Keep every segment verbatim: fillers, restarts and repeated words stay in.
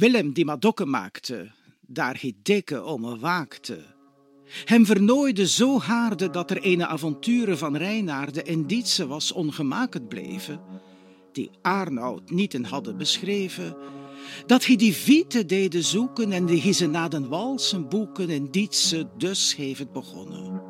Willem die madokken maakte, daar hij dikke om waakte. Hem vernooide zo haarde dat er ene avonturen van Reinaarde in Dietse was ongemaakt bleven, die Arnoud niet in hadden beschreven, dat hij die viete deden zoeken en die ze na den walsen boeken in Dietse dus heeft het begonnen.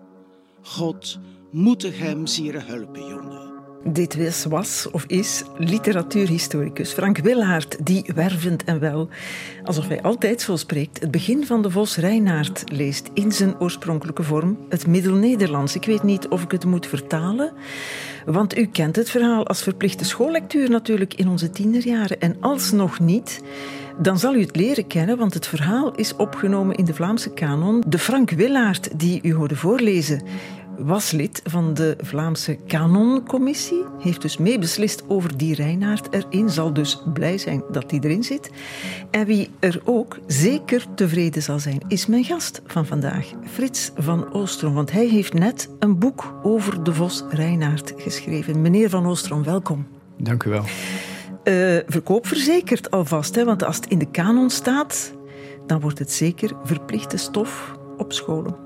God moetig hem ziere hulpen, jongen. Dit was, was of is literatuurhistoricus Frank Willaert, die wervend en wel, alsof hij altijd zo spreekt, het begin van de Vos Reinaard leest in zijn oorspronkelijke vorm, het Middelnederlands. Ik weet niet of ik het moet vertalen, want u kent het verhaal als verplichte schoollectuur natuurlijk in onze tienerjaren. En alsnog niet, dan zal u het leren kennen, want het verhaal is opgenomen in de Vlaamse kanon. De Frank Willaert, die u hoorde voorlezen, was lid van de Vlaamse Kanoncommissie, heeft dus meebeslist over die Reinaard erin, zal dus blij zijn dat die erin zit. En wie er ook zeker tevreden zal zijn, is mijn gast van vandaag, Frits van Oostrom, want hij heeft net een boek over de Vos Reinaard geschreven. Meneer van Oostrom, welkom. Dank u wel. Uh, verkoop verzekerd alvast, hè, want als het in de kanon staat, dan wordt het zeker verplichte stof op scholen.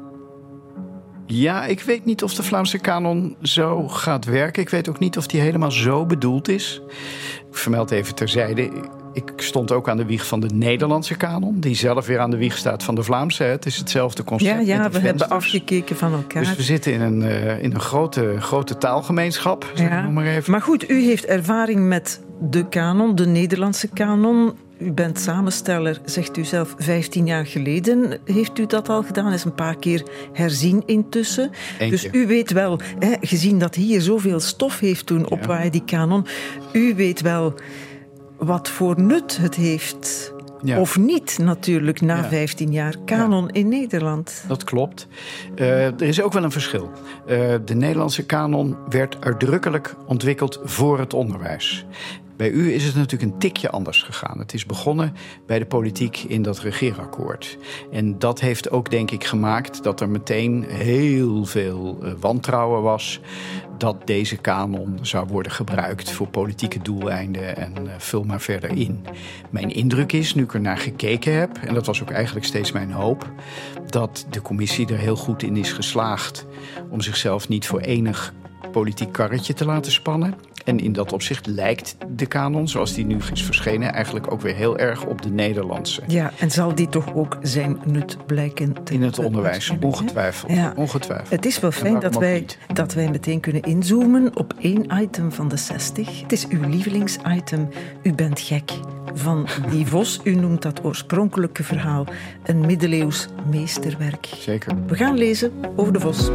Ja, ik weet niet of de Vlaamse kanon zo gaat werken. Ik weet ook niet of die helemaal zo bedoeld is. Ik vermeld even terzijde, ik stond ook aan de wieg van de Nederlandse kanon, die zelf weer aan de wieg staat van de Vlaamse. Het is hetzelfde concept. Ja, ja, we hebben afgekeken van elkaar. Dus we zitten in een, uh, in een grote, grote taalgemeenschap, zeg ja. ik maar even. Maar goed, u heeft ervaring met de kanon, de Nederlandse kanon. U bent samensteller, zegt u zelf, vijftien jaar geleden heeft u dat al gedaan. Is een paar keer herzien intussen. Eentje. Dus u weet wel, hè, gezien dat hier zoveel stof heeft toen opwaaien, die kanon, u weet wel wat voor nut het heeft. Ja. Of niet, natuurlijk, na ja. vijftien jaar kanon ja. in Nederland. Dat klopt. Uh, er is ook wel een verschil. Uh, de Nederlandse kanon werd uitdrukkelijk ontwikkeld voor het onderwijs. Bij u is het natuurlijk een tikje anders gegaan. Het is begonnen bij de politiek in dat regeerakkoord. En dat heeft ook, denk ik, gemaakt dat er meteen heel veel uh, wantrouwen was dat deze kanon zou worden gebruikt voor politieke doeleinden en uh, vul maar verder in. Mijn indruk is, nu ik er naar gekeken heb, en dat was ook eigenlijk steeds mijn hoop, dat de commissie er heel goed in is geslaagd om zichzelf niet voor enig politiek karretje te laten spannen. En in dat opzicht lijkt de kanon, zoals die nu is verschenen, eigenlijk ook weer heel erg op de Nederlandse. Ja, en zal die toch ook zijn nut blijken te in het onderwijs, ongetwijfeld. Ja. ongetwijfeld. Het is wel fijn dat wij, dat wij meteen kunnen inzoomen op één item van de zestig. Het is uw lievelingsitem. U bent gek van die Vos. U noemt dat oorspronkelijke verhaal een middeleeuws meesterwerk. Zeker. We gaan lezen over de Vos.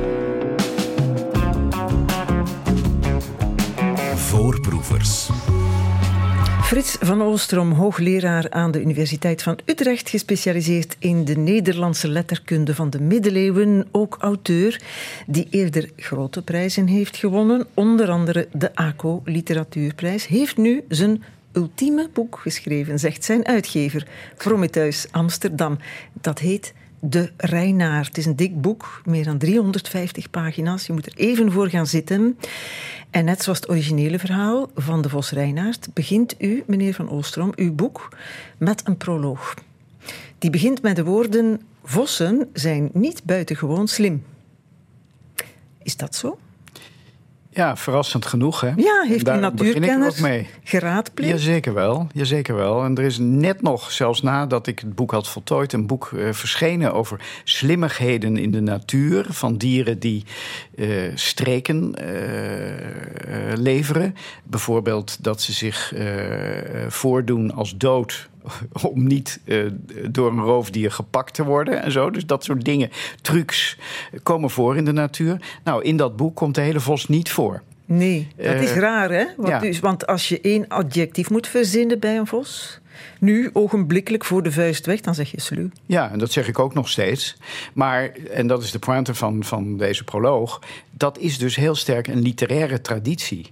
Voorproevers. Frits van Oostrom, hoogleraar aan de Universiteit van Utrecht, gespecialiseerd in de Nederlandse letterkunde van de middeleeuwen, ook auteur die eerder grote prijzen heeft gewonnen, onder andere de A C O Literatuurprijs, heeft nu zijn ultieme boek geschreven, zegt zijn uitgever, Prometheus Amsterdam. Dat heet De Reinaard. Het is een dik boek, meer dan driehonderdvijftig pagina's. Je moet er even voor gaan zitten. En net zoals het originele verhaal van de Vos Reinaard begint u, meneer Van Oostrom, uw boek met een proloog. Die begint met de woorden: vossen zijn niet buitengewoon slim. Is dat zo? Ja, verrassend genoeg, hè? Ja, heeft u natuurkenners geraadpleegd? Jazeker wel, jazeker wel. En er is net nog, zelfs nadat ik het boek had voltooid, een boek uh, verschenen over slimmigheden in de natuur van dieren die uh, streken uh, uh, leveren. Bijvoorbeeld dat ze zich uh, voordoen als dood om niet uh, door een roofdier gepakt te worden en zo. Dus dat soort dingen, trucs, komen voor in de natuur. Nou, in dat boek komt de hele vos niet voor. Nee, dat is uh, raar, hè? Want, ja. dus, want als je één adjectief moet verzinnen bij een vos, nu ogenblikkelijk voor de vuist weg, dan zeg je sluw. Ja, en dat zeg ik ook nog steeds. Maar, en dat is de pointe van, van deze proloog, dat is dus heel sterk een literaire traditie.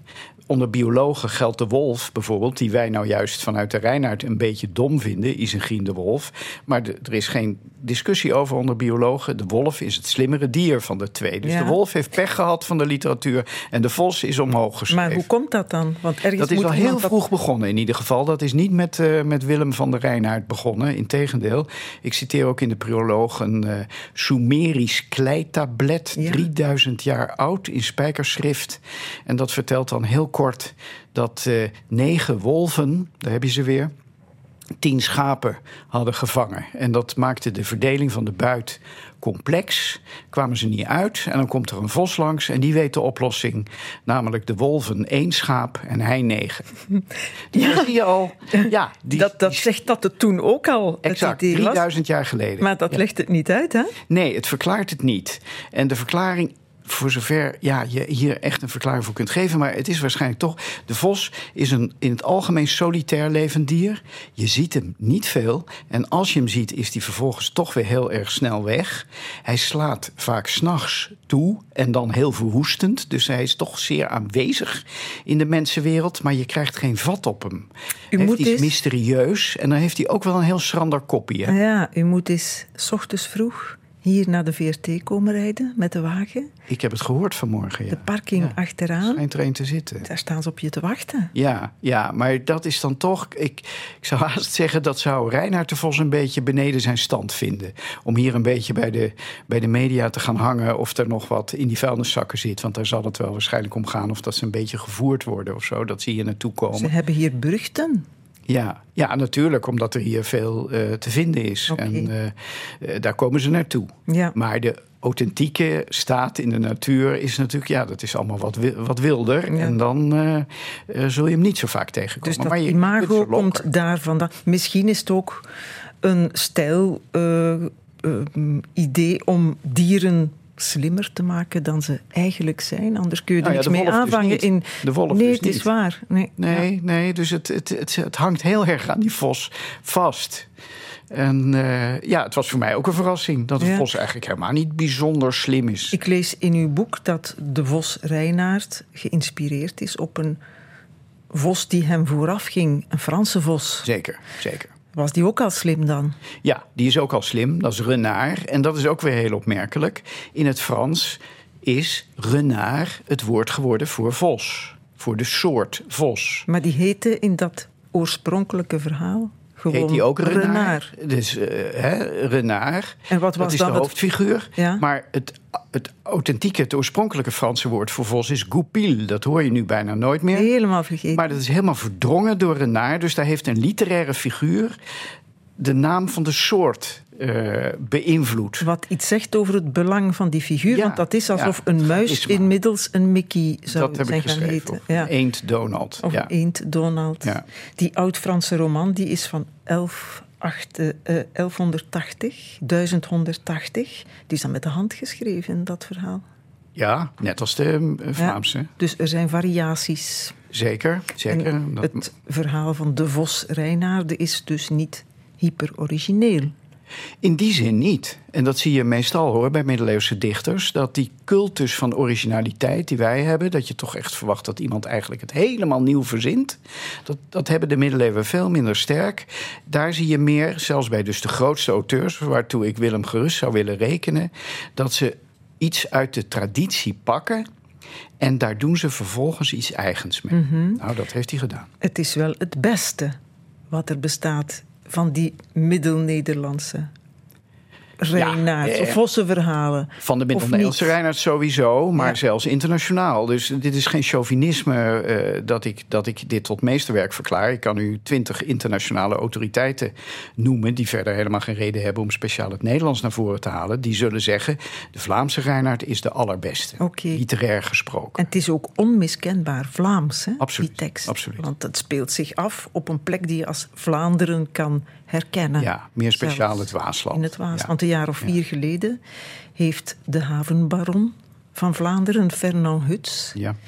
onder biologen geldt de wolf bijvoorbeeld, die wij nou juist vanuit de Reinaard een beetje dom vinden, Isengien de wolf. Maar de, er is geen discussie over onder biologen. De wolf is het slimmere dier van de twee. Dus ja. de wolf heeft pech gehad van de literatuur en de vos is omhoog geschreven. Maar hoe komt dat dan? Want ergens dat is moet wel heel dat... vroeg begonnen in ieder geval. Dat is niet met, uh, met Willem van der Reinaard begonnen. Integendeel. Ik citeer ook in de proloog een uh, Sumerisch kleitablet, ja. drieduizend jaar oud in spijkerschrift. En dat vertelt dan heel kort dat uh, negen wolven, daar heb je ze weer, tien schapen hadden gevangen. En dat maakte de verdeling van de buit complex. Kwamen ze niet uit en dan komt er een vos langs en die weet de oplossing. Namelijk de wolven één schaap en hij negen. Die ja. zie je al. Ja, die, dat dat die... zegt dat het toen ook al. Exact, drieduizend jaar geleden. Maar dat ja. legt het niet uit, hè? Nee, het verklaart het niet. En de verklaring, voor zover ja, je hier echt een verklaring voor kunt geven, maar het is waarschijnlijk toch, de vos is een in het algemeen solitair levend dier. Je ziet hem niet veel en als je hem ziet is hij vervolgens toch weer heel erg snel weg. Hij slaat vaak 's nachts toe en dan heel verwoestend, dus hij is toch zeer aanwezig in de mensenwereld, maar je krijgt geen vat op hem. U hij moet heeft iets eens... mysterieus en dan heeft hij ook wel een heel schrander koppie. Hè? Ja, u moet eens 's ochtends vroeg hier naar de V R T komen rijden met de wagen. Ik heb het gehoord vanmorgen, ja. De parking ja. achteraan. Schijnt er een te zitten. Daar staan ze op je te wachten. Ja, ja, maar dat is dan toch... Ik, ik zou haast zeggen, dat zou Reinaard de Vos een beetje beneden zijn stand vinden. Om hier een beetje bij de, bij de media te gaan hangen of er nog wat in die vuilniszakken zit. Want daar zal het wel waarschijnlijk om gaan of dat ze een beetje gevoerd worden of zo. Dat zie je naartoe komen. Ze hebben hier beruchten. Ja, ja, natuurlijk, omdat er hier veel uh, te vinden is. Okay. En uh, uh, daar komen ze naartoe. Ja. Maar de authentieke staat in de natuur is natuurlijk, ja, dat is allemaal wat, wat wilder. Ja. En dan uh, uh, zul je hem niet zo vaak tegenkomen. Dus dat maar je, imago komt daar vandaan. Misschien is het ook een stijl uh, uh, idee om dieren slimmer te maken dan ze eigenlijk zijn. Anders kun je er nou ja, niks mee aanvangen. Dus in... De wolf nee, dus het is niet. waar. Nee, nee, ja. nee dus het, het, het, het hangt heel erg aan die vos vast. En uh, ja, het was voor mij ook een verrassing dat de ja. vos eigenlijk helemaal niet bijzonder slim is. Ik lees in uw boek dat de vos Reinaard geïnspireerd is op een vos die hem vooraf ging. Een Franse vos. Zeker, zeker. Was die ook al slim dan? Ja, die is ook al slim. Dat is renard. En dat is ook weer heel opmerkelijk. In het Frans is renard het woord geworden voor vos. Voor de soort vos. Maar die heette in dat oorspronkelijke verhaal gewoon heet die ook renard. renard. Dus uh, hè, renard. En wat was dat is dan de het... hoofdfiguur. Ja? Maar het, het authentieke, het oorspronkelijke Franse woord voor vos is goupil. Dat hoor je nu bijna nooit meer. Helemaal vergeten. Maar dat is helemaal verdrongen door renard. Dus daar heeft een literaire figuur de naam van de soort uh, beïnvloed. Wat iets zegt over het belang van die figuur. Ja, want dat is alsof ja, een muis inmiddels een Mickey zou dat zijn gaan heten. Ja. Eend Donald. Of ja. een Eend Donald. Ja. Die oud-Franse roman die is van elf, acht, uh, elfhonderdtachtig, duizend honderdtachtig. Die is dan met de hand geschreven, dat verhaal. Ja, net als de uh, Vlaamse. Ja, dus er zijn variaties. Zeker, zeker. En het verhaal van de vos Reinaarde is dus niet hyper origineel. In die zin niet. En dat zie je meestal hoor bij middeleeuwse dichters. Dat die cultus van originaliteit die wij hebben, dat je toch echt verwacht dat iemand eigenlijk het helemaal nieuw verzint. Dat, dat hebben de middeleeuwen veel minder sterk. Daar zie je meer, zelfs bij dus de grootste auteurs, waartoe ik Willem gerust zou willen rekenen, dat ze iets uit de traditie pakken. En daar doen ze vervolgens iets eigens mee. Mm-hmm. Nou, dat heeft hij gedaan. Het is wel het beste wat er bestaat van die Middel-Nederlandse Reinaards, ja, ja, ja. of Vossenverhalen. Van de Middel-Nederlandse Reinaards sowieso, maar ja. zelfs internationaal. Dus dit is geen chauvinisme uh, dat, ik, dat ik dit tot meesterwerk verklaar. Ik kan u twintig internationale autoriteiten noemen die verder helemaal geen reden hebben om speciaal het Nederlands naar voren te halen. Die zullen zeggen, de Vlaamse Reinaard is de allerbeste, okay. literair gesproken. En het is ook onmiskenbaar Vlaams, hè, absoluut, die tekst. Absoluut. Want het speelt zich af op een plek die je als Vlaanderen kan herkennen. Ja, meer speciaal het Waasland. In het Waasland. Ja. Want een jaar of vier ja. geleden heeft de havenbaron van Vlaanderen, Fernand Huts, ja.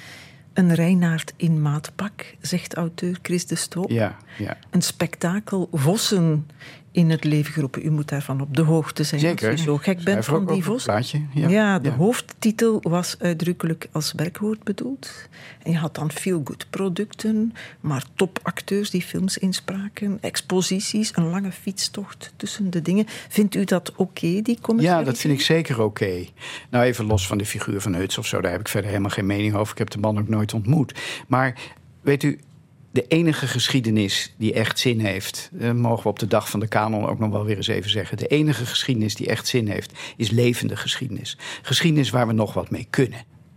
Een Reinaard in maatpak, zegt auteur Chris de Stoop. Ja, ja. Een spektakel, vossen in het leven geroepen. U moet daarvan op de hoogte zijn. Zeker. Als u zo gek bent van die vos. Plaatje. Ja, ja, de ja. hoofdtitel was uitdrukkelijk als werkwoord bedoeld. En je had dan feel-good producten, maar topacteurs die films inspraken, exposities, een lange fietstocht tussen de dingen. Vindt u dat oké, okay, die commercialisering? Ja, dat vind ik zeker oké. Okay. Nou, even los van de figuur van Huts of zo, daar heb ik verder helemaal geen mening over. Ik heb de man ook nooit ontmoet. Maar weet u, de enige geschiedenis die echt zin heeft, dat mogen we op de dag van de kanon ook nog wel weer eens even zeggen. De enige geschiedenis die echt zin heeft, is levende geschiedenis. Geschiedenis waar we nog wat mee kunnen.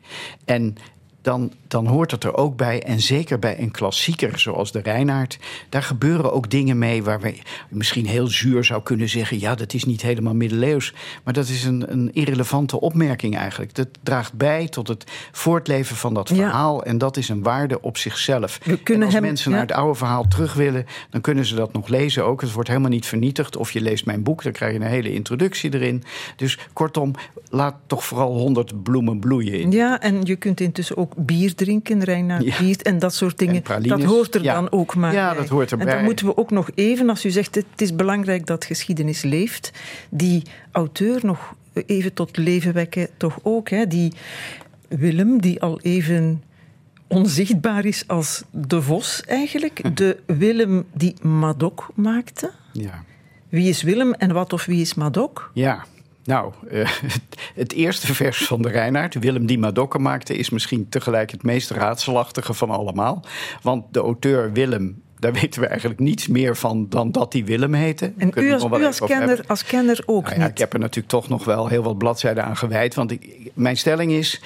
En dan, dan hoort het er ook bij, en zeker bij een klassieker zoals de Reinaard, daar gebeuren ook dingen mee waar we misschien heel zuur zou kunnen zeggen, ja, dat is niet helemaal middeleeuws. Maar dat is een, een irrelevante opmerking eigenlijk. Dat draagt bij tot het voortleven van dat verhaal, ja. En dat is een waarde op zichzelf. We kunnen en als hem, mensen ja. naar het oude verhaal terug willen, dan kunnen ze dat nog lezen ook. Het wordt helemaal niet vernietigd. Of je leest mijn boek, dan krijg je een hele introductie erin. Dus kortom, laat toch vooral honderd bloemen bloeien. In. Ja, en je kunt intussen ook bier drinken, Reinaard ja. bier en dat soort dingen. Dat hoort er ja. dan ook maar Ja, bij. dat hoort erbij. En dan moeten we ook nog even, als u zegt, het is belangrijk dat geschiedenis leeft, die auteur nog even tot leven wekken, toch ook. Hè? Die Willem, die al even onzichtbaar is als de vos eigenlijk. Hm. De Willem die Madoc maakte. Ja. Wie is Willem en wat of wie is Madoc? Ja. Nou, uh, het eerste vers van de Reinaard, Willem die Madokken maakte, is misschien tegelijk het meest raadselachtige van allemaal. Want de auteur Willem, daar weten we eigenlijk niets meer van dan dat hij Willem heette. En u als, u als, kenner, als kenner ook nou ja, niet? Ik heb er natuurlijk toch nog wel heel wat bladzijden aan gewijd. Want ik, mijn stelling is,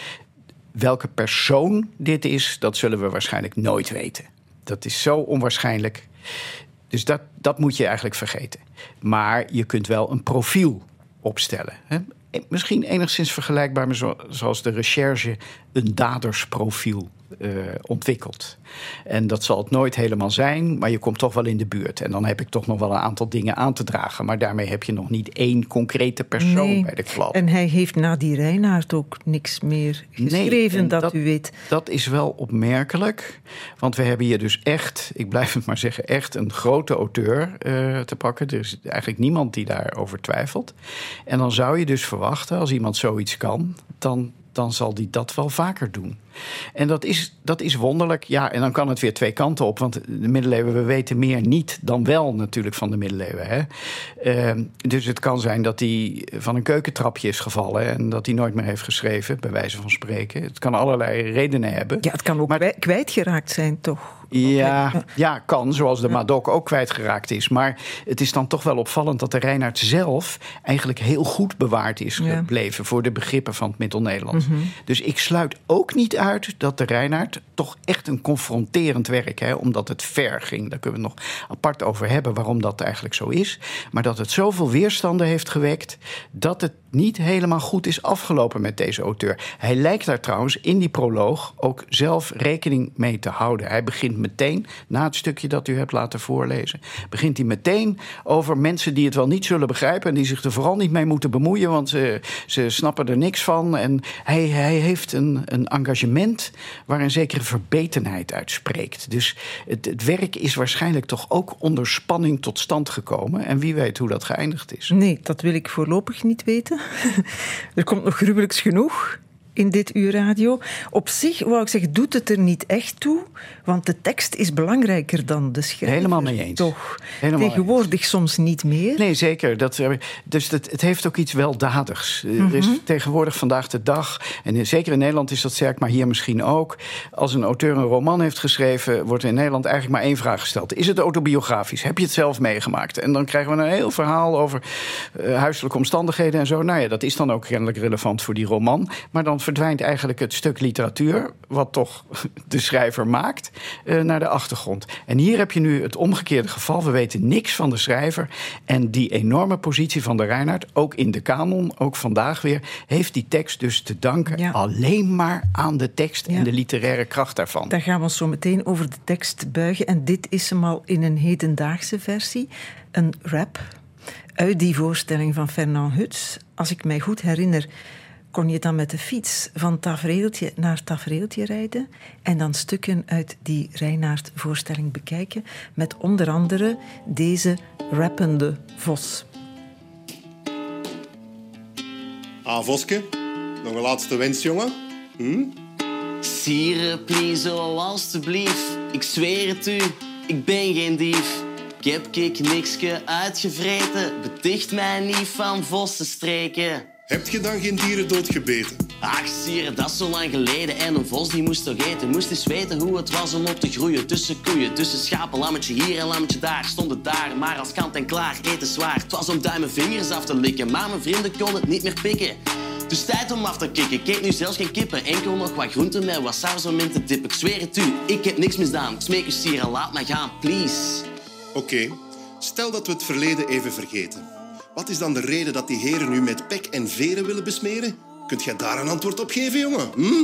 welke persoon dit is, dat zullen we waarschijnlijk nooit weten. Dat is zo onwaarschijnlijk. Dus dat, dat moet je eigenlijk vergeten. Maar je kunt wel een profiel opstellen. Hè? Misschien enigszins vergelijkbaar met zo, zoals de recherche een dadersprofiel uh, ontwikkelt. En dat zal het nooit helemaal zijn, maar je komt toch wel in de buurt. En dan heb ik toch nog wel een aantal dingen aan te dragen. Maar daarmee heb je nog niet één concrete persoon nee. bij de klap. En hij heeft na die Reinaard ook niks meer geschreven, nee, dat, dat u weet. Dat is wel opmerkelijk. Want we hebben hier dus echt, ik blijf het maar zeggen, echt een grote auteur uh, te pakken. Er is eigenlijk niemand die daarover twijfelt. En dan zou je dus verwachten, als iemand zoiets kan, dan, dan zal die dat wel vaker doen. En dat is, dat is wonderlijk. Ja, en dan kan het weer twee kanten op. Want de middeleeuwen, we weten meer niet dan wel natuurlijk van de middeleeuwen. Hè? Uh, dus het kan zijn dat hij van een keukentrapje is gevallen en dat hij nooit meer heeft geschreven, bij wijze van spreken. Het kan allerlei redenen hebben. Ja, het kan ook maar, kwijtgeraakt zijn, toch? Ja, ja, kan, zoals de Madoc ook kwijtgeraakt is. Maar het is dan toch wel opvallend dat de Reinaard zelf eigenlijk heel goed bewaard is gebleven, ja, voor de begrippen van het Middel-Nederlands. Mm-hmm. Dus ik sluit ook niet uit dat de Reinaard toch echt een confronterend werk, hè, omdat het ver ging. Daar kunnen we nog apart over hebben waarom dat eigenlijk zo is. Maar dat het zoveel weerstanden heeft gewekt dat het niet helemaal goed is afgelopen met deze auteur. Hij lijkt daar trouwens in die proloog ook zelf rekening mee te houden. Hij begint meteen, na het stukje dat u hebt laten voorlezen, begint hij meteen over mensen die het wel niet zullen begrijpen en die zich er vooral niet mee moeten bemoeien, want ze, ze snappen er niks van. En hij, hij heeft een, een engagement waar een zekere verbetenheid uitspreekt. Dus het, het werk is waarschijnlijk toch ook onder spanning tot stand gekomen. En wie weet hoe dat geëindigd is. Nee, dat wil ik voorlopig niet weten. Er komt nog gruwelijks genoeg in dit uur radio. Op zich, wou ik zeggen, doet het er niet echt toe, want de tekst is belangrijker dan de schrijver. Helemaal mee eens. Toch? Helemaal tegenwoordig eens. Soms niet meer. Nee, zeker. Dat, dus het, het heeft ook iets weldadigs. Mm-hmm. Er is tegenwoordig vandaag de dag, en zeker in Nederland is dat sterk, maar hier misschien ook, als een auteur een roman heeft geschreven, wordt in Nederland eigenlijk maar één vraag gesteld. Is het autobiografisch? Heb je het zelf meegemaakt? En dan krijgen we een heel verhaal over uh, huiselijke omstandigheden en zo. Nou ja, dat is dan ook kennelijk relevant voor die roman. Maar dan verdwijnt eigenlijk het stuk literatuur, wat toch de schrijver maakt, uh, naar de achtergrond. En hier heb je nu het omgekeerde geval. We weten niks van de schrijver. En die enorme positie van de Reinaard, ook in de kanon, ook vandaag weer, heeft die tekst dus te danken, ja, alleen maar aan de tekst, ja, en de literaire kracht daarvan. Daar gaan we ons zo meteen over de tekst buigen. En dit is hem al in een hedendaagse versie. Een rap uit die voorstelling van Fernand Huts. Als ik mij goed herinner, kon je dan met de fiets van tafereeltje naar tafereeltje rijden en dan stukken uit die Reinaard-voorstelling bekijken met onder andere deze rappende vos. Ah, Voske, nog een laatste wens, jongen. Hm? Sire, please, oh, alstublieft. Ik zweer het u, ik ben geen dief. Ik heb kik nikske uitgevreten. Beticht mij niet van vossenstreken. Heb je dan geen dieren doodgebeten? Ach, sire, dat is zo lang geleden. En een vos die moest toch eten. Moest eens weten hoe het was om op te groeien. Tussen koeien, tussen schapen, lammetje hier en lammetje daar. Stond het daar, maar als kant en klaar, eten zwaar. Het was om duimen vingers af te likken. Maar mijn vrienden konden het niet meer pikken. Dus tijd om af te kicken. Ik eet nu zelfs geen kippen. Enkel nog wat groenten met wat saus om in te dippen. Ik zweer het u, ik heb niks misdaan. Ik smeek u, sire, laat mij gaan, please. Oké, okay. Stel dat we het verleden even vergeten. Wat is dan de reden dat die heren nu met pek en veren willen besmeren? Kunt jij daar een antwoord op geven, jongen? Hm?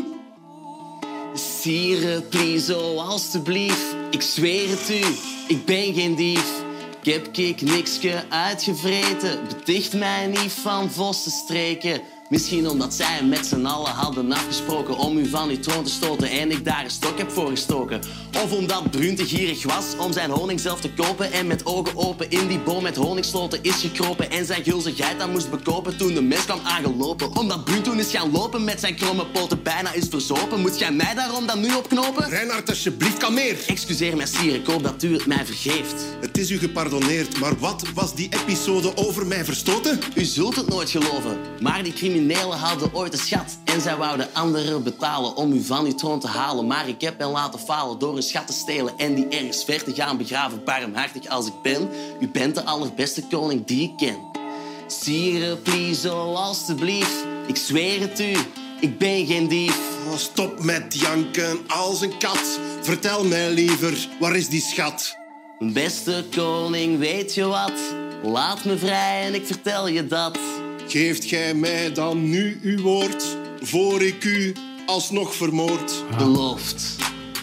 Sire, please, oh, alstublieft. Ik zweer het u, ik ben geen dief. Ik heb kik nikske uitgevreten. Beticht mij niet van vossenstreken. Misschien omdat zij met z'n allen hadden afgesproken om u van uw troon te stoten en ik daar een stok heb voor gestoken. Of omdat Bruun te gierig was om zijn honing zelf te kopen en met ogen open in die boom met honingsloten is gekropen en zijn gulzigheid dan moest bekopen toen de mens kwam aangelopen. Omdat Bruun toen is gaan lopen met zijn kromme poten bijna is verzopen, moet jij mij daarom dan nu opknopen? Reinaard, alsjeblieft, kalmeer. Excuseer mij, sire, ik hoop dat u het mij vergeeft. Het is u gepardonneerd, maar wat was die episode over mij verstoten? U zult het nooit geloven, maar die criminelen hadden ooit een schat en zij wouden anderen betalen om u van uw troon te halen. Maar ik heb hen laten falen door hun schat te stelen en die ergens ver te gaan begraven. Barmhartig als ik ben, u bent de allerbeste koning die ik ken. Sire, please, oh, alstublieft, ik zweer het u, ik ben geen dief. Oh, stop met janken als een kat. Vertel mij liever, waar is die schat? Beste koning, weet je wat? Laat me vrij en ik vertel je dat. Geeft gij mij dan nu uw woord, voor ik u alsnog vermoord? Beloofd.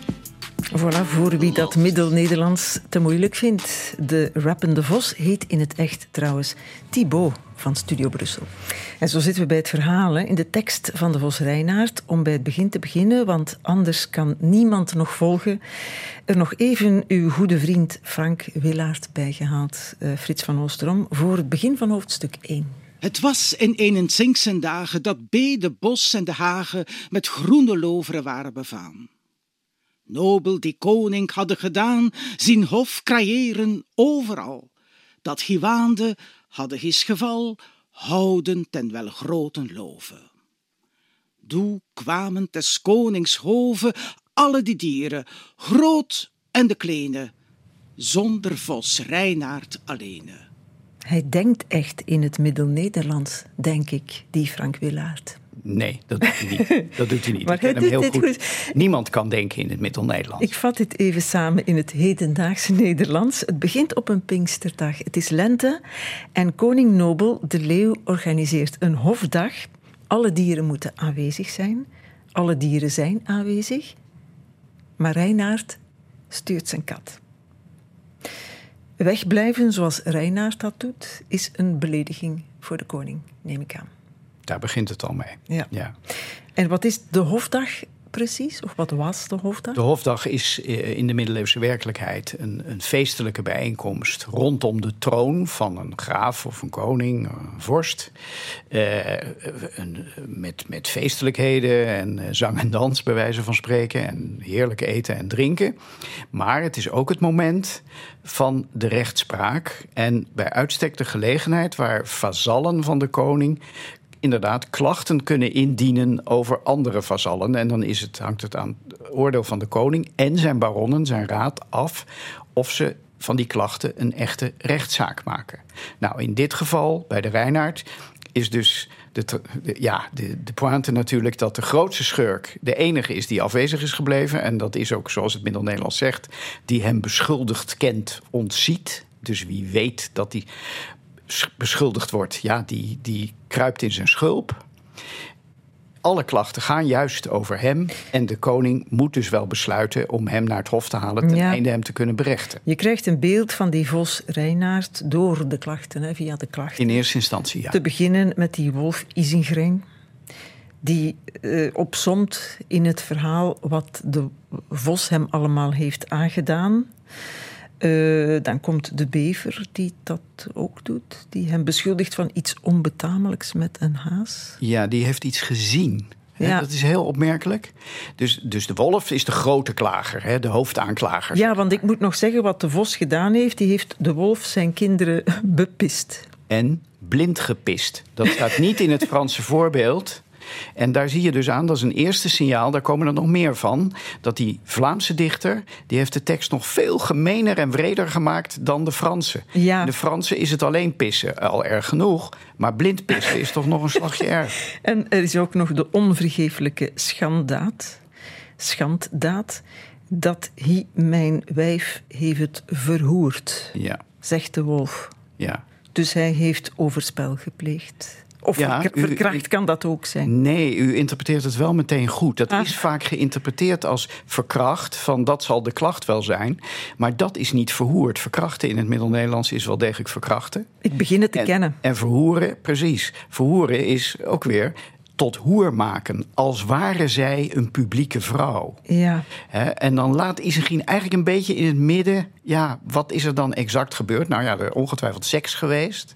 Voilà, voor wie dat Middel-Nederlands te moeilijk vindt. De rappende vos heet in het echt trouwens Thibaut van Studio Brussel. En zo zitten we bij het verhaal, hè, in de tekst van de Vos Reinaard, om bij het begin te beginnen, want anders kan niemand nog volgen. Er nog even uw goede vriend Frank Willaert bijgehaald, uh, Frits van Oosterom, voor het begin van hoofdstuk één. Het was in een Zinksen dagen dat B de bos en de hagen met groene loveren waren bevaan. Nobel die koning hadden gedaan, zien hof kraïeren overal. Dat giwaande hadden his geval, houden ten wel groten loven. Doe kwamen tes konings hove alle die dieren, groot en de kleine, zonder vos Reinaard alleene. Hij denkt echt in het Middel-Nederlands, denk ik, die Frank Willaert. Nee, dat doet hij niet. Dat doet hij niet. Maar Ik ken hij hem heel doet dit goed. goed. Niemand kan denken in het Middel-Nederlands. Ik vat dit even samen in het hedendaagse Nederlands. Het begint op een Pinksterdag. Het is lente en koning Nobel de Leeuw organiseert een hofdag. Alle dieren moeten aanwezig zijn. Alle dieren zijn aanwezig. Maar Reinaard stuurt zijn kat. Wegblijven zoals Reinaard dat doet, is een belediging voor de koning, neem ik aan. Daar begint het al mee. Ja. Ja. En wat is de hofdag precies? Of wat was de hofdag? De hofdag is in de middeleeuwse werkelijkheid een, een feestelijke bijeenkomst rondom de troon van een graaf of een koning, een vorst. Uh, een, met, met feestelijkheden en zang en dans, bij wijze van spreken. En heerlijk eten en drinken. Maar het is ook het moment van de rechtspraak. En bij uitstek de gelegenheid waar vazallen van de koning inderdaad klachten kunnen indienen over andere vazallen. En dan is het, hangt het aan het oordeel van de koning en zijn baronnen, zijn raad, af of ze van die klachten een echte rechtszaak maken. Nou, in dit geval, bij de Reinaard, is dus de, de, ja, de, de pointe natuurlijk dat de grootste schurk de enige is die afwezig is gebleven. En dat is ook, zoals het Middel-Nederlands zegt, die hem beschuldigd kent, ontziet. Dus wie weet dat hij beschuldigd wordt, ja, die, die kruipt in zijn schulp. Alle klachten gaan juist over hem. En de koning moet dus wel besluiten om hem naar het hof te halen, ten Ja. einde hem te kunnen berechten. Je krijgt een beeld van die vos Reinaard door de klachten, hè, via de klachten. In eerste instantie, ja. Te beginnen met die wolf Isengren. die uh, opsomt in het verhaal wat de vos hem allemaal heeft aangedaan. Uh, dan komt de bever die dat ook doet, die hem beschuldigt van iets onbetamelijks met een haas. Ja, die heeft iets gezien. He, ja. Dat is heel opmerkelijk. Dus, dus de wolf is de grote klager, he, de hoofdaanklager. Ja, want ik moet nog zeggen wat de vos gedaan heeft. Die heeft de wolf zijn kinderen bepist. En blind gepist. Dat staat niet in het Franse voorbeeld. En daar zie je dus aan, dat is een eerste signaal, daar komen er nog meer van, dat die Vlaamse dichter, die heeft de tekst nog veel gemener en wreder gemaakt dan de Franse. Ja. In de Franse is het alleen pissen al erg genoeg, maar blind pissen is toch nog een slagje erg. En er is ook nog de onvergeeflijke schanddaad, schanddaad, dat hij mijn wijf heeft het verhoerd, ja. zegt de wolf. Ja. Dus hij heeft overspel gepleegd. Of ja, verkracht u, kan dat ook zijn. Nee, u interpreteert het wel meteen goed. Dat ah. is vaak geïnterpreteerd als verkracht, van dat zal de klacht wel zijn. Maar dat is niet verhoerd. Verkrachten in het Middel-Nederlands is wel degelijk verkrachten. Ik begin het te en, kennen. En verhoeren, precies. Verhoeren is ook weer tot hoer maken, als waren zij een publieke vrouw. Ja. He, en dan laat Isegien eigenlijk een beetje in het midden, ja, wat is er dan exact gebeurd? Nou ja, er is ongetwijfeld seks geweest.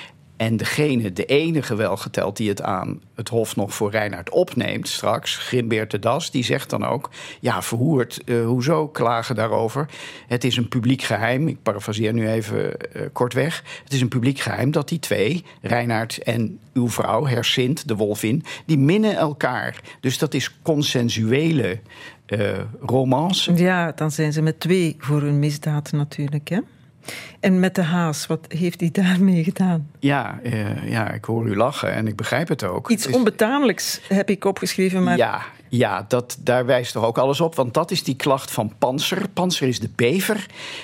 En degene, de enige wel geteld die het aan het hof nog voor Reinaard opneemt straks, Grimbeert de Das, die zegt dan ook, ja, verhoerd, uh, hoezo klagen daarover? Het is een publiek geheim, ik parafraseer nu even uh, kortweg. Het is een publiek geheim dat die twee, Reinaard en uw vrouw, Hersint, de wolvin, die minnen elkaar. Dus dat is consensuele uh, romance. Ja, dan zijn ze met twee voor hun misdaad natuurlijk, hè? En met de haas, wat heeft hij daarmee gedaan? Ja, uh, ja, ik hoor u lachen en ik begrijp het ook. Iets het is... onbetamelijks heb ik opgeschreven, maar... Ja, ja dat, daar wijst toch ook alles op, want dat is die klacht van Panser. Panser is de bever.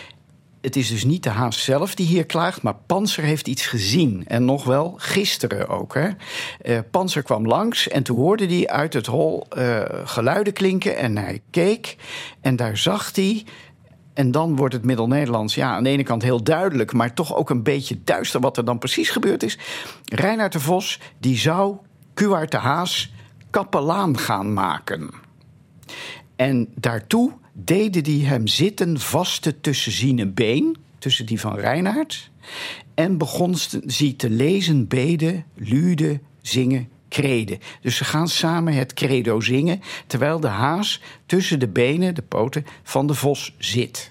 Het is dus niet de haas zelf die hier klaagt, maar Panser heeft iets gezien. En nog wel gisteren ook. Hè. Uh, Panser kwam langs en toen hoorde hij uit het hol uh, geluiden klinken en hij keek en daar zag hij... En dan wordt het Middel-Nederlands, ja, aan de ene kant heel duidelijk, maar toch ook een beetje duister wat er dan precies gebeurd is. Reinaard de Vos, die zou Cuart de Haas kapelaan gaan maken. En daartoe deden die hem zitten vasten tussen zijn been, tussen die van Reinaard, en begon ze te lezen, beden, luiden, zingen, crede. Dus ze gaan samen het credo zingen, terwijl de haas tussen de benen, de poten, van de vos zit.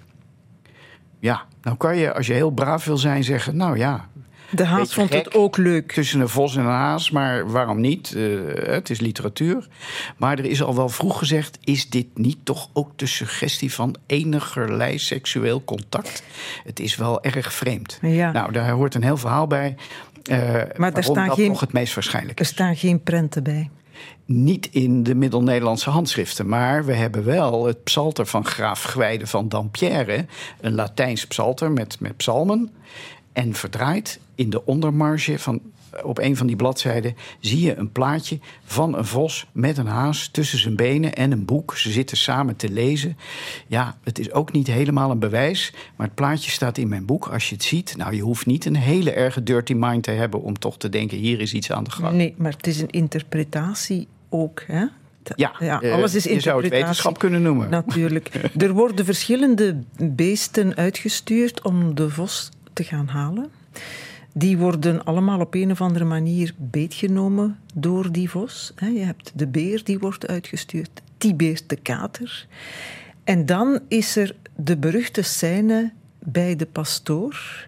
Ja, nou kan je, als je heel braaf wil zijn, zeggen, nou ja... De haas vond het ook leuk. Tussen een vos en een haas, maar waarom niet? Uh, het is literatuur. Maar er is al wel vroeg gezegd, is dit niet toch ook de suggestie van enigerlei seksueel contact? Het is wel erg vreemd. Ja. Nou, daar hoort een heel verhaal bij. Uh, maar er staan dat geen, nog het meest waarschijnlijk er staan geen prenten bij. Niet in de Middel-Nederlandse handschriften, maar we hebben wel het psalter van graaf Gwijde van Dampierre, een Latijns psalter met, met psalmen. En verdraaid in de ondermarge van, op een van die bladzijden zie je een plaatje van een vos met een haas tussen zijn benen en een boek. Ze zitten samen te lezen. Ja, het is ook niet helemaal een bewijs, maar het plaatje staat in mijn boek. Als je het ziet, nou, je hoeft niet een hele erge dirty mind te hebben om toch te denken, hier is iets aan de gang. Nee, maar het is een interpretatie ook, hè? Ja, ja, alles is je zou het wetenschap kunnen noemen. Natuurlijk. Er worden verschillende beesten uitgestuurd om de vos te gaan halen. Die worden allemaal op een of andere manier beetgenomen door die vos. Je hebt de beer, die wordt uitgestuurd. Tibeert de kater. En dan is er de beruchte scène bij de pastoor,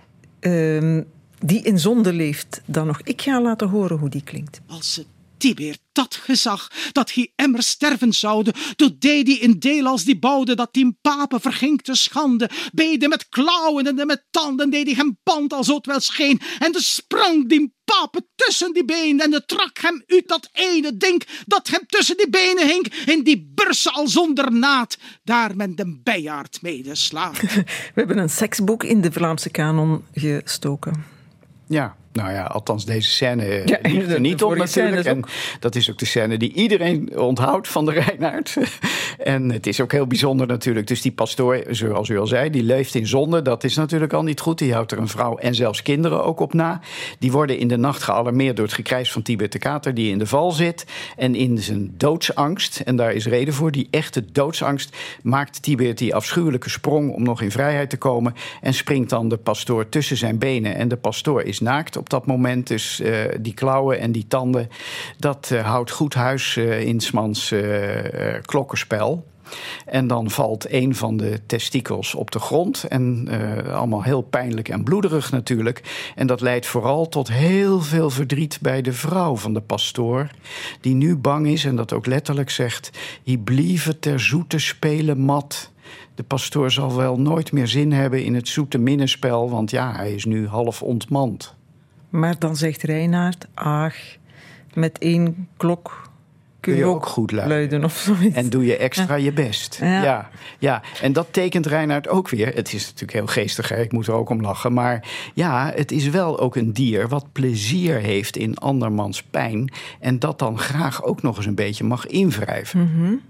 um, die in zonde leeft dan nog. Ik ga laten horen hoe die klinkt. Als ze Tibeert dat gezag, dat hij immer sterven zoude, toen deed hij in deel als die bouwde, dat die papen verging te schande. Beide met klauwen en met tanden, deed hij hem pand als het wel scheen. En de sprang die papen tussen die benen, en de trak hem uit dat ene ding, dat hem tussen die benen hing, in die burse al zonder naad, daar men de bijaard mede slaat. We hebben een seksboek in de Vlaamse kanon gestoken. Ja, Nou ja, althans deze scène ja, ligt er niet op natuurlijk. En ook. dat is ook de scène die iedereen onthoudt van de Reinaard. En het is ook heel bijzonder natuurlijk. Dus die pastoor, zoals u al zei, die leeft in zonde. Dat is natuurlijk al niet goed. Die houdt er een vrouw en zelfs kinderen ook op na. Die worden in de nacht gealarmeerd door het gekrijs van Tibert de Kater, die in de val zit. En in zijn doodsangst, en daar is reden voor, die echte doodsangst, maakt Tibert die afschuwelijke sprong om nog in vrijheid te komen. En springt dan de pastoor tussen zijn benen. En de pastoor is naakt op dat moment. Dus uh, die klauwen en die tanden, dat uh, houdt goed huis uh, in 's mans uh, uh, klokkenspel. En dan valt een van de testikels op de grond. En uh, allemaal heel pijnlijk en bloederig natuurlijk. En dat leidt vooral tot heel veel verdriet bij de vrouw van de pastoor. Die nu bang is en dat ook letterlijk zegt: "Ie blieve ter zoete spelen mat." De pastoor zal wel nooit meer zin hebben in het zoete minnenspel. Want ja, hij is nu half ontmand. Maar dan zegt Reinaard: ach, met één klok kun je, Kun je ook, ook goed luiden. luiden of zoiets. En doe je extra je best. Ja. Ja, ja. En dat tekent Reinaard ook weer. Het is natuurlijk heel geestig, hè? Ik moet er ook om lachen. Maar ja, het is wel ook een dier wat plezier heeft in andermans pijn. En dat dan graag ook nog eens een beetje mag invrijven. Mm-hmm.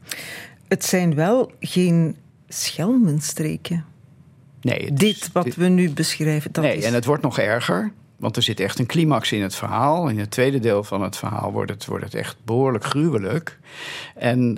Het zijn wel geen schelmenstreken. Nee, het Dit is- wat dit- we nu beschrijven, dat nee, is... en het wordt nog erger. Want er zit echt een climax in het verhaal. In het tweede deel van het verhaal wordt het, wordt het echt behoorlijk gruwelijk. En uh,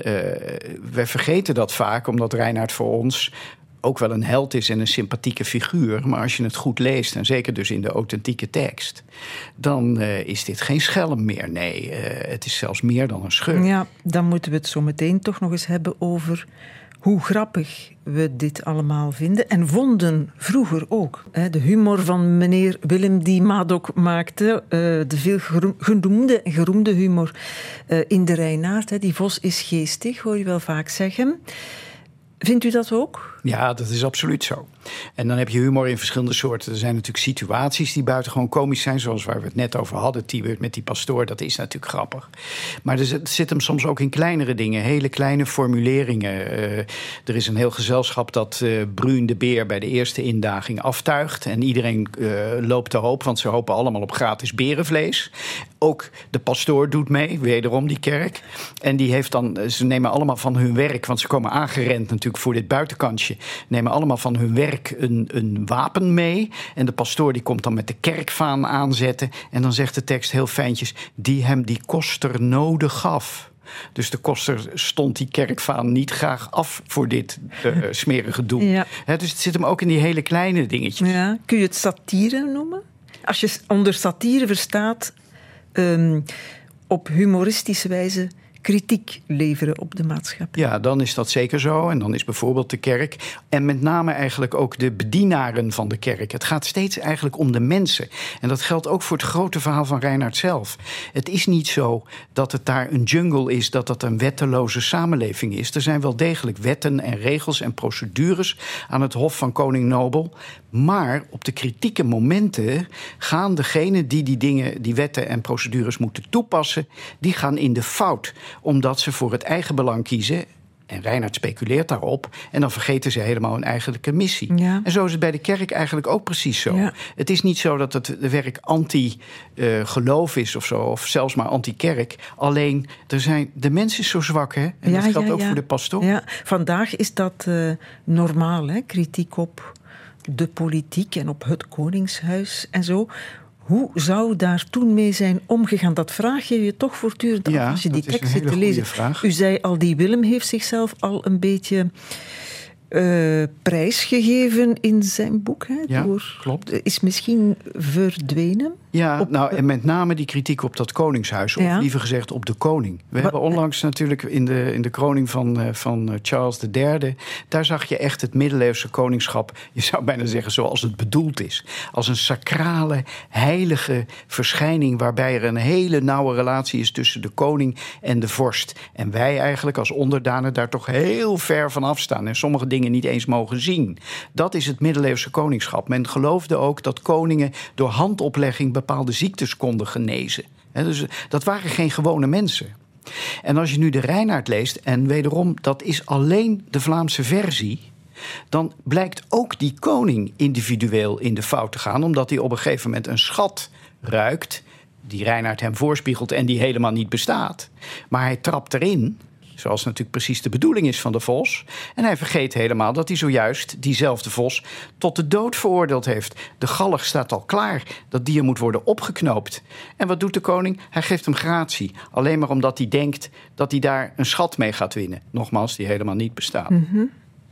wij vergeten dat vaak, omdat Reinaard voor ons ook wel een held is en een sympathieke figuur. Maar als je het goed leest, en zeker dus in de authentieke tekst, dan uh, is dit geen schelm meer. Nee, uh, het is zelfs meer dan een schurk. Ja, dan moeten we het zo meteen toch nog eens hebben over hoe grappig we dit allemaal vinden. En vonden vroeger ook. Hè, de humor van meneer Willem die Madoc maakte. Uh, de veel genoemde en geroemde humor uh, in de Reinaard. Hè, die vos is geestig, hoor je wel vaak zeggen. Vindt u dat ook? Ja, dat is absoluut zo. En dan heb je humor in verschillende soorten. Er zijn natuurlijk situaties die buitengewoon komisch zijn, zoals waar we het net over hadden. Tibert met die pastoor, dat is natuurlijk grappig. Maar er zit hem soms ook in kleinere dingen, hele kleine formuleringen. Uh, er is een heel gezelschap dat uh, Bruun de beer bij de eerste indaging aftuigt. En iedereen uh, loopt te hoop, want ze hopen allemaal op gratis berenvlees. Ook de pastoor doet mee, wederom die kerk. En die heeft dan, ze nemen allemaal van hun werk, want ze komen aangerend natuurlijk voor dit buitenkantje, nemen allemaal van hun werk een, een wapen mee. En de pastoor die komt dan met de kerkvaan aanzetten. En dan zegt de tekst heel fijntjes: die hem die koster nodig gaf. Dus de koster stond die kerkvaan niet graag af voor dit uh, smerige doel. Ja. He, dus het zit hem ook in die hele kleine dingetjes. Ja. Kun je het satire noemen? Als je onder satire verstaat, um, op humoristische wijze kritiek leveren op de maatschappij. Ja, dan is dat zeker zo. En dan is bijvoorbeeld de kerk, en met name eigenlijk ook de bedienaren van de kerk. Het gaat steeds eigenlijk om de mensen. En dat geldt ook voor het grote verhaal van Reinaard zelf. Het is niet zo dat het daar een jungle is, dat dat een wetteloze samenleving is. Er zijn wel degelijk wetten en regels en procedures aan het hof van koning Nobel. Maar op de kritieke momenten gaan degenen die die dingen, die wetten en procedures moeten toepassen, die gaan in de fout, omdat ze voor het eigen belang kiezen. En Reinaard speculeert daarop. En dan vergeten ze helemaal hun eigenlijke missie. Ja. En zo is het bij de kerk eigenlijk ook precies zo. Ja. Het is niet zo dat het werk anti-geloof uh, is of zo, of zelfs maar anti-kerk. Alleen, er zijn, de mens is zo zwak, hè? En ja, dat geldt ja, ook ja. voor de pastoor. Ja. Vandaag is dat uh, normaal, hè? Kritiek op de politiek en op het koningshuis en zo. Hoe zou daar toen mee zijn omgegaan? Dat vraag je je toch voortdurend af Ja, als je die dat is tekst een zit te hele lezen. goede vraag. U zei al, die Willem heeft zichzelf al een beetje uh, prijsgegeven in zijn boek. Hè, Ja, door, klopt. Is misschien verdwenen. Ja, op, nou, en met name die kritiek op dat koningshuis, of Ja. liever gezegd op de koning. We Wat, hebben onlangs natuurlijk in de, in de kroning van, uh, van Charles de derde... daar zag je echt het middeleeuwse koningschap, je zou bijna zeggen zoals het bedoeld is. Als een sacrale, heilige verschijning waarbij er een hele nauwe relatie is tussen de koning en de vorst. En wij eigenlijk als onderdanen daar toch heel ver van afstaan en sommige dingen niet eens mogen zien. Dat is het middeleeuwse koningschap. Men geloofde ook dat koningen door handoplegging bepaalde ziektes konden genezen. He, dus dat waren geen gewone mensen. En als je nu de Reinaard leest, en wederom, dat is alleen de Vlaamse versie, dan blijkt ook die koning individueel in de fout te gaan, omdat hij op een gegeven moment een schat ruikt die Reinaard hem voorspiegelt en die helemaal niet bestaat. Maar hij trapt erin, zoals natuurlijk precies de bedoeling is van de vos. En hij vergeet helemaal dat hij zojuist diezelfde vos tot de dood veroordeeld heeft. De galg staat al klaar. Dat dier moet worden opgeknoopt. En wat doet de koning? Hij geeft hem gratie. Alleen maar omdat hij denkt dat hij daar een schat mee gaat winnen. Nogmaals, die helemaal niet bestaat. Mm-hmm.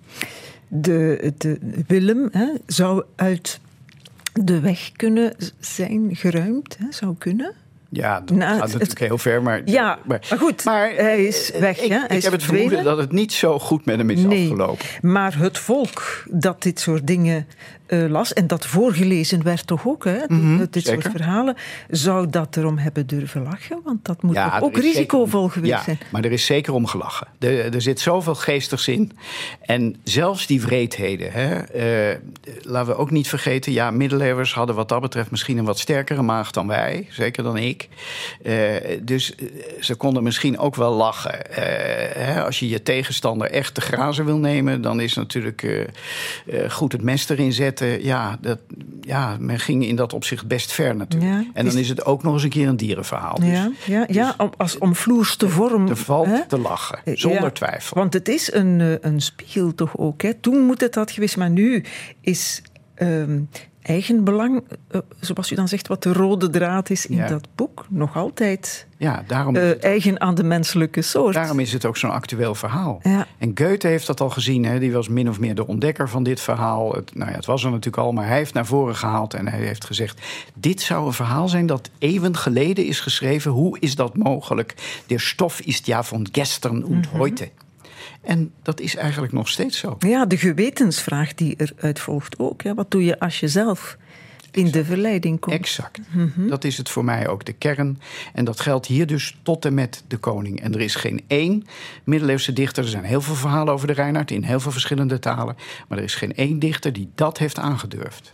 De, de Willem hè, zou uit de weg kunnen zijn geruimd. Hè, zou kunnen. Ja, dat nou, gaat het, natuurlijk heel ver. Maar, ja, maar, maar goed, maar, hij is weg. Ik, hè? Hij ik is heb het verdwenen. vermoeden dat het niet zo goed met hem is nee, afgelopen. Maar het volk dat dit soort dingen uh, las, en dat voorgelezen werd toch ook, hè? Mm-hmm, dit zeker. soort verhalen, zou dat erom hebben durven lachen? Want dat moet ja, toch ook risicovol om, geweest ja, zijn? Maar er is zeker om gelachen. Er, er zit zoveel geestigs in. En zelfs die wreedheden. Hè, uh, laten we ook niet vergeten, ja, middeleeuwers hadden wat dat betreft misschien een wat sterkere maag dan wij. Zeker dan ik. Uh, dus uh, ze konden misschien ook wel lachen. Uh, hè, als je je tegenstander echt te grazen wil nemen, dan is natuurlijk uh, uh, goed het mes erin zetten. Ja, dat, ja, men ging in dat opzicht best ver natuurlijk. Ja, en dan is het ook nog eens een keer een dierenverhaal. Dus, ja, ja, ja dus, om, als omvloerste vorm. Er valt hè? te lachen, zonder ja, twijfel. Want het is een, een spiegel toch ook. Hè? Toen moet het dat geweest, maar nu is Um, eigenbelang, uh, zoals u dan zegt, wat de rode draad is in ja. dat boek, nog altijd ja, daarom uh, eigen aan de menselijke soort. Daarom is het ook zo'n actueel verhaal. Ja. En Goethe heeft dat al gezien. Hè? Die was min of meer de ontdekker van dit verhaal. Het, nou ja, het was er natuurlijk al, maar hij heeft naar voren gehaald en hij heeft gezegd, dit zou een verhaal zijn dat eeuwen geleden is geschreven. Hoe is dat mogelijk? Der Stoff ist ja von gestern und mm-hmm. heute. En dat is eigenlijk nog steeds zo. Ja, de gewetensvraag die eruit volgt ook. Ja. Wat doe je als je zelf in exact. de verleiding komt? Exact. Mm-hmm. Dat is het voor mij ook de kern. En dat geldt hier dus tot en met de koning. En er is geen één middeleeuwse dichter. Er zijn heel veel verhalen over de Reinaard in heel veel verschillende talen. Maar er is geen één dichter die dat heeft aangedurfd.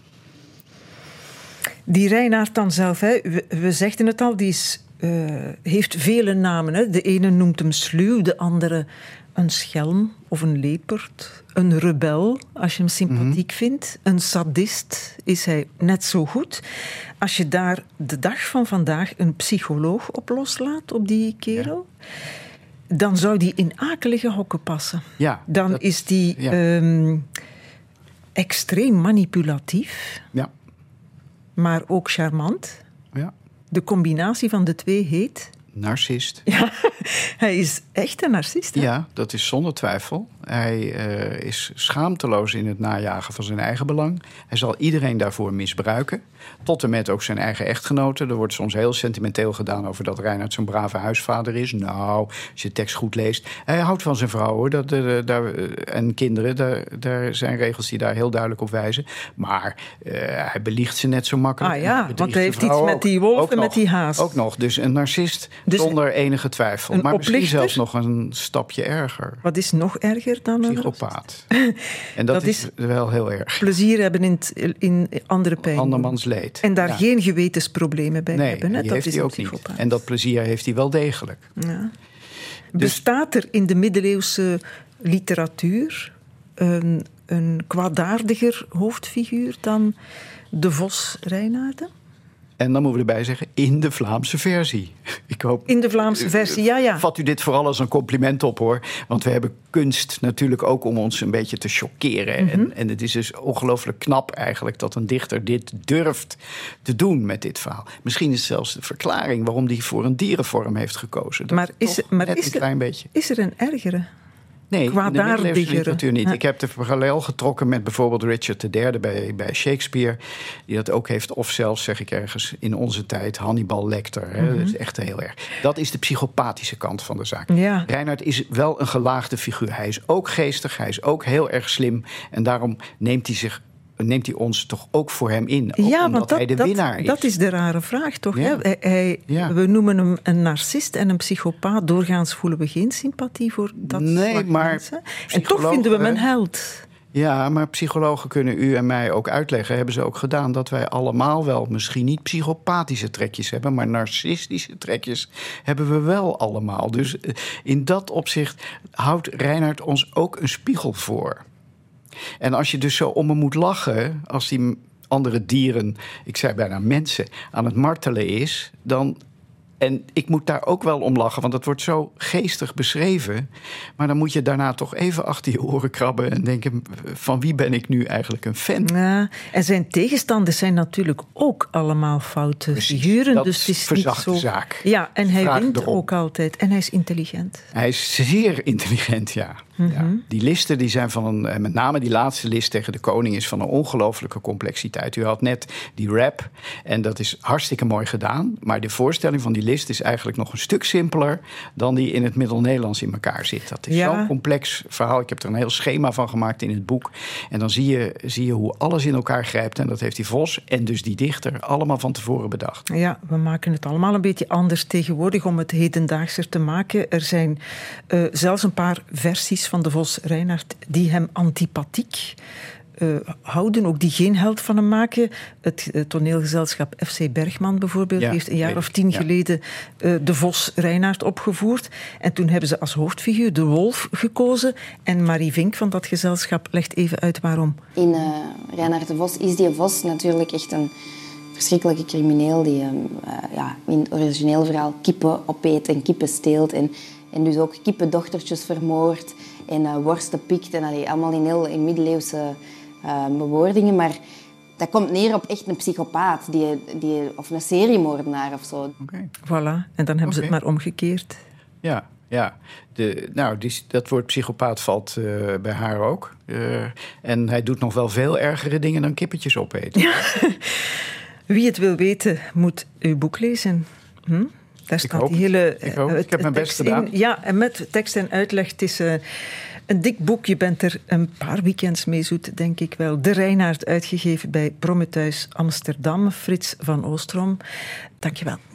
Die Reinaard dan zelf, hè, we, we zegden het al, die is, uh, heeft vele namen. Hè. De ene noemt hem sluw, de andere een schelm of een leperd, een rebel, als je hem sympathiek mm-hmm. vindt. Een sadist is hij net zo goed. Als je daar de dag van vandaag een psycholoog op loslaat, op die kerel, ja. dan zou die in akelige hokken passen. Ja, dan dat, is die ja. um, extreem manipulatief, ja. maar ook charmant. Ja. De combinatie van de twee heet... Narcist. Ja, hij is echt een narcist. Hè? Ja, dat is zonder twijfel. Hij uh, is schaamteloos in het najagen van zijn eigen belang. Hij zal iedereen daarvoor misbruiken. Tot en met ook zijn eigen echtgenoten. Er wordt soms heel sentimenteel gedaan over dat Reinaard zo'n brave huisvader is. Nou, als je de tekst goed leest. Hij houdt van zijn vrouw hoor. Dat, uh, daar, uh, en kinderen. Daar, daar zijn regels die daar heel duidelijk op wijzen. Maar uh, hij beliegt ze net zo makkelijk. Ah ja, want hij heeft iets met die wolf ook en nog, met die haas. Ook nog. Dus een narcist dus zonder enige twijfel. Maar oplichter? Misschien zelfs nog een stapje erger. Wat is nog erger dan een psychopaat. En dat, dat is, is wel heel erg. Plezier hebben in, t, in andere pijn. Andermans leed. En daar ja. geen gewetensproblemen bij nee, hebben. Hè? Die dat heeft is hij ook niet. En dat plezier heeft hij wel degelijk. Ja. Dus, bestaat er in de middeleeuwse literatuur een, een kwaadaardiger hoofdfiguur dan de Vos Reinaarden? En dan moeten we erbij zeggen, in de Vlaamse versie. Ik hoop, in de Vlaamse versie, ja, ja. Vat u dit vooral als een compliment op, hoor. Want we hebben kunst natuurlijk ook om ons een beetje te chockeren. Mm-hmm. En, en het is dus ongelooflijk knap eigenlijk dat een dichter dit durft te doen met dit verhaal. Misschien is het zelfs de verklaring waarom hij voor een dierenvorm heeft gekozen. Dat maar is, maar net is, een klein beetje. is er een ergere? Nee, in de middeleeuwse literatuur niet. Ja. Ik heb de parallel getrokken met bijvoorbeeld Richard de Derde bij, bij Shakespeare. Die dat ook heeft. Of zelfs, zeg ik ergens, in onze tijd Hannibal Lecter. Hè. Mm-hmm. Dat is echt heel erg. Dat is de psychopathische kant van de zaak. Ja. Reinaard is wel een gelaagde figuur. Hij is ook geestig, hij is ook heel erg slim. En daarom neemt hij zich... neemt hij ons toch ook voor hem in? Ook ja, omdat dat, hij de dat, winnaar is. Dat is de rare vraag, toch? Ja. Hij, hij, ja. We noemen hem een narcist en een psychopaat. Doorgaans voelen we geen sympathie voor dat nee, soort maar mensen. En toch vinden we hem een held. Ja, maar psychologen kunnen u en mij ook uitleggen, hebben ze ook gedaan, dat wij allemaal wel misschien niet psychopathische trekjes hebben, maar narcistische trekjes hebben we wel allemaal. Dus in dat opzicht houdt Reinaard ons ook een spiegel voor. En als je dus zo om me moet lachen, als die andere dieren, ik zei bijna mensen, aan het martelen is, dan... En ik moet daar ook wel om lachen, want het wordt zo geestig beschreven. Maar dan moet je daarna toch even achter je oren krabben en denken, van wie ben ik nu eigenlijk een fan? Ja, en zijn tegenstanders zijn natuurlijk ook allemaal foute Precies, figuren. dat dus het is verzacht niet de zo... zaak. Ja, en hij Vraag wint erom. ook altijd. En hij is intelligent. Hij is zeer intelligent, ja. Mm-hmm. ja. Die listen die zijn van een, en met name die laatste list tegen de koning is van een ongelooflijke complexiteit. U had net die rap en dat is hartstikke mooi gedaan. Maar de voorstelling van die list is eigenlijk nog een stuk simpeler dan die in het Middel-Nederlands in elkaar zit. Dat is Ja. zo'n complex verhaal. Ik heb er een heel schema van gemaakt in het boek. En dan zie je, zie je hoe alles in elkaar grijpt. En dat heeft die Vos en dus die dichter allemaal van tevoren bedacht. Ja, we maken het allemaal een beetje anders tegenwoordig om het hedendaagser te maken. Er zijn uh, zelfs een paar versies van de Vos Reinaert die hem antipathiek uh, houden, ook die geen held van hem maken. Het uh, toneelgezelschap F C Bergman bijvoorbeeld Ja, heeft een jaar weet of ik, tien ja. geleden uh, de Vos Reinaert opgevoerd. En toen hebben ze als hoofdfiguur de wolf gekozen. En Marie Vink van dat gezelschap legt even uit waarom. In uh, Reinaert de Vos is die Vos natuurlijk echt een verschrikkelijke crimineel die uh, ja, in het origineel verhaal kippen opeet en kippen steelt. En, en dus ook kippendochtertjes vermoordt en uh, worsten pikt. En allee, allemaal in heel in middeleeuwse uh, bewoordingen. Maar dat komt neer op echt een psychopaat die, die, of een seriemoordenaar of zo. Okay. Voilà, en dan hebben ze Okay. het maar omgekeerd. Ja, ja. De, nou, die, dat woord psychopaat valt uh, bij haar ook. Uh, en hij doet nog wel veel ergere dingen dan kippetjes opeten. Ja. Wie het wil weten, moet uw boek lezen. Hm? Daar staat hoop die hele... Ik hoop. uh, Ik heb mijn best tekst gedaan. in. Ja, en met tekst en uitleg. Het is uh, een dik boek. Je bent er een paar weekends mee zoet, denk ik wel. De Reinaert, uitgegeven bij Prometheus Amsterdam. Frits van Oostrom, dank je wel.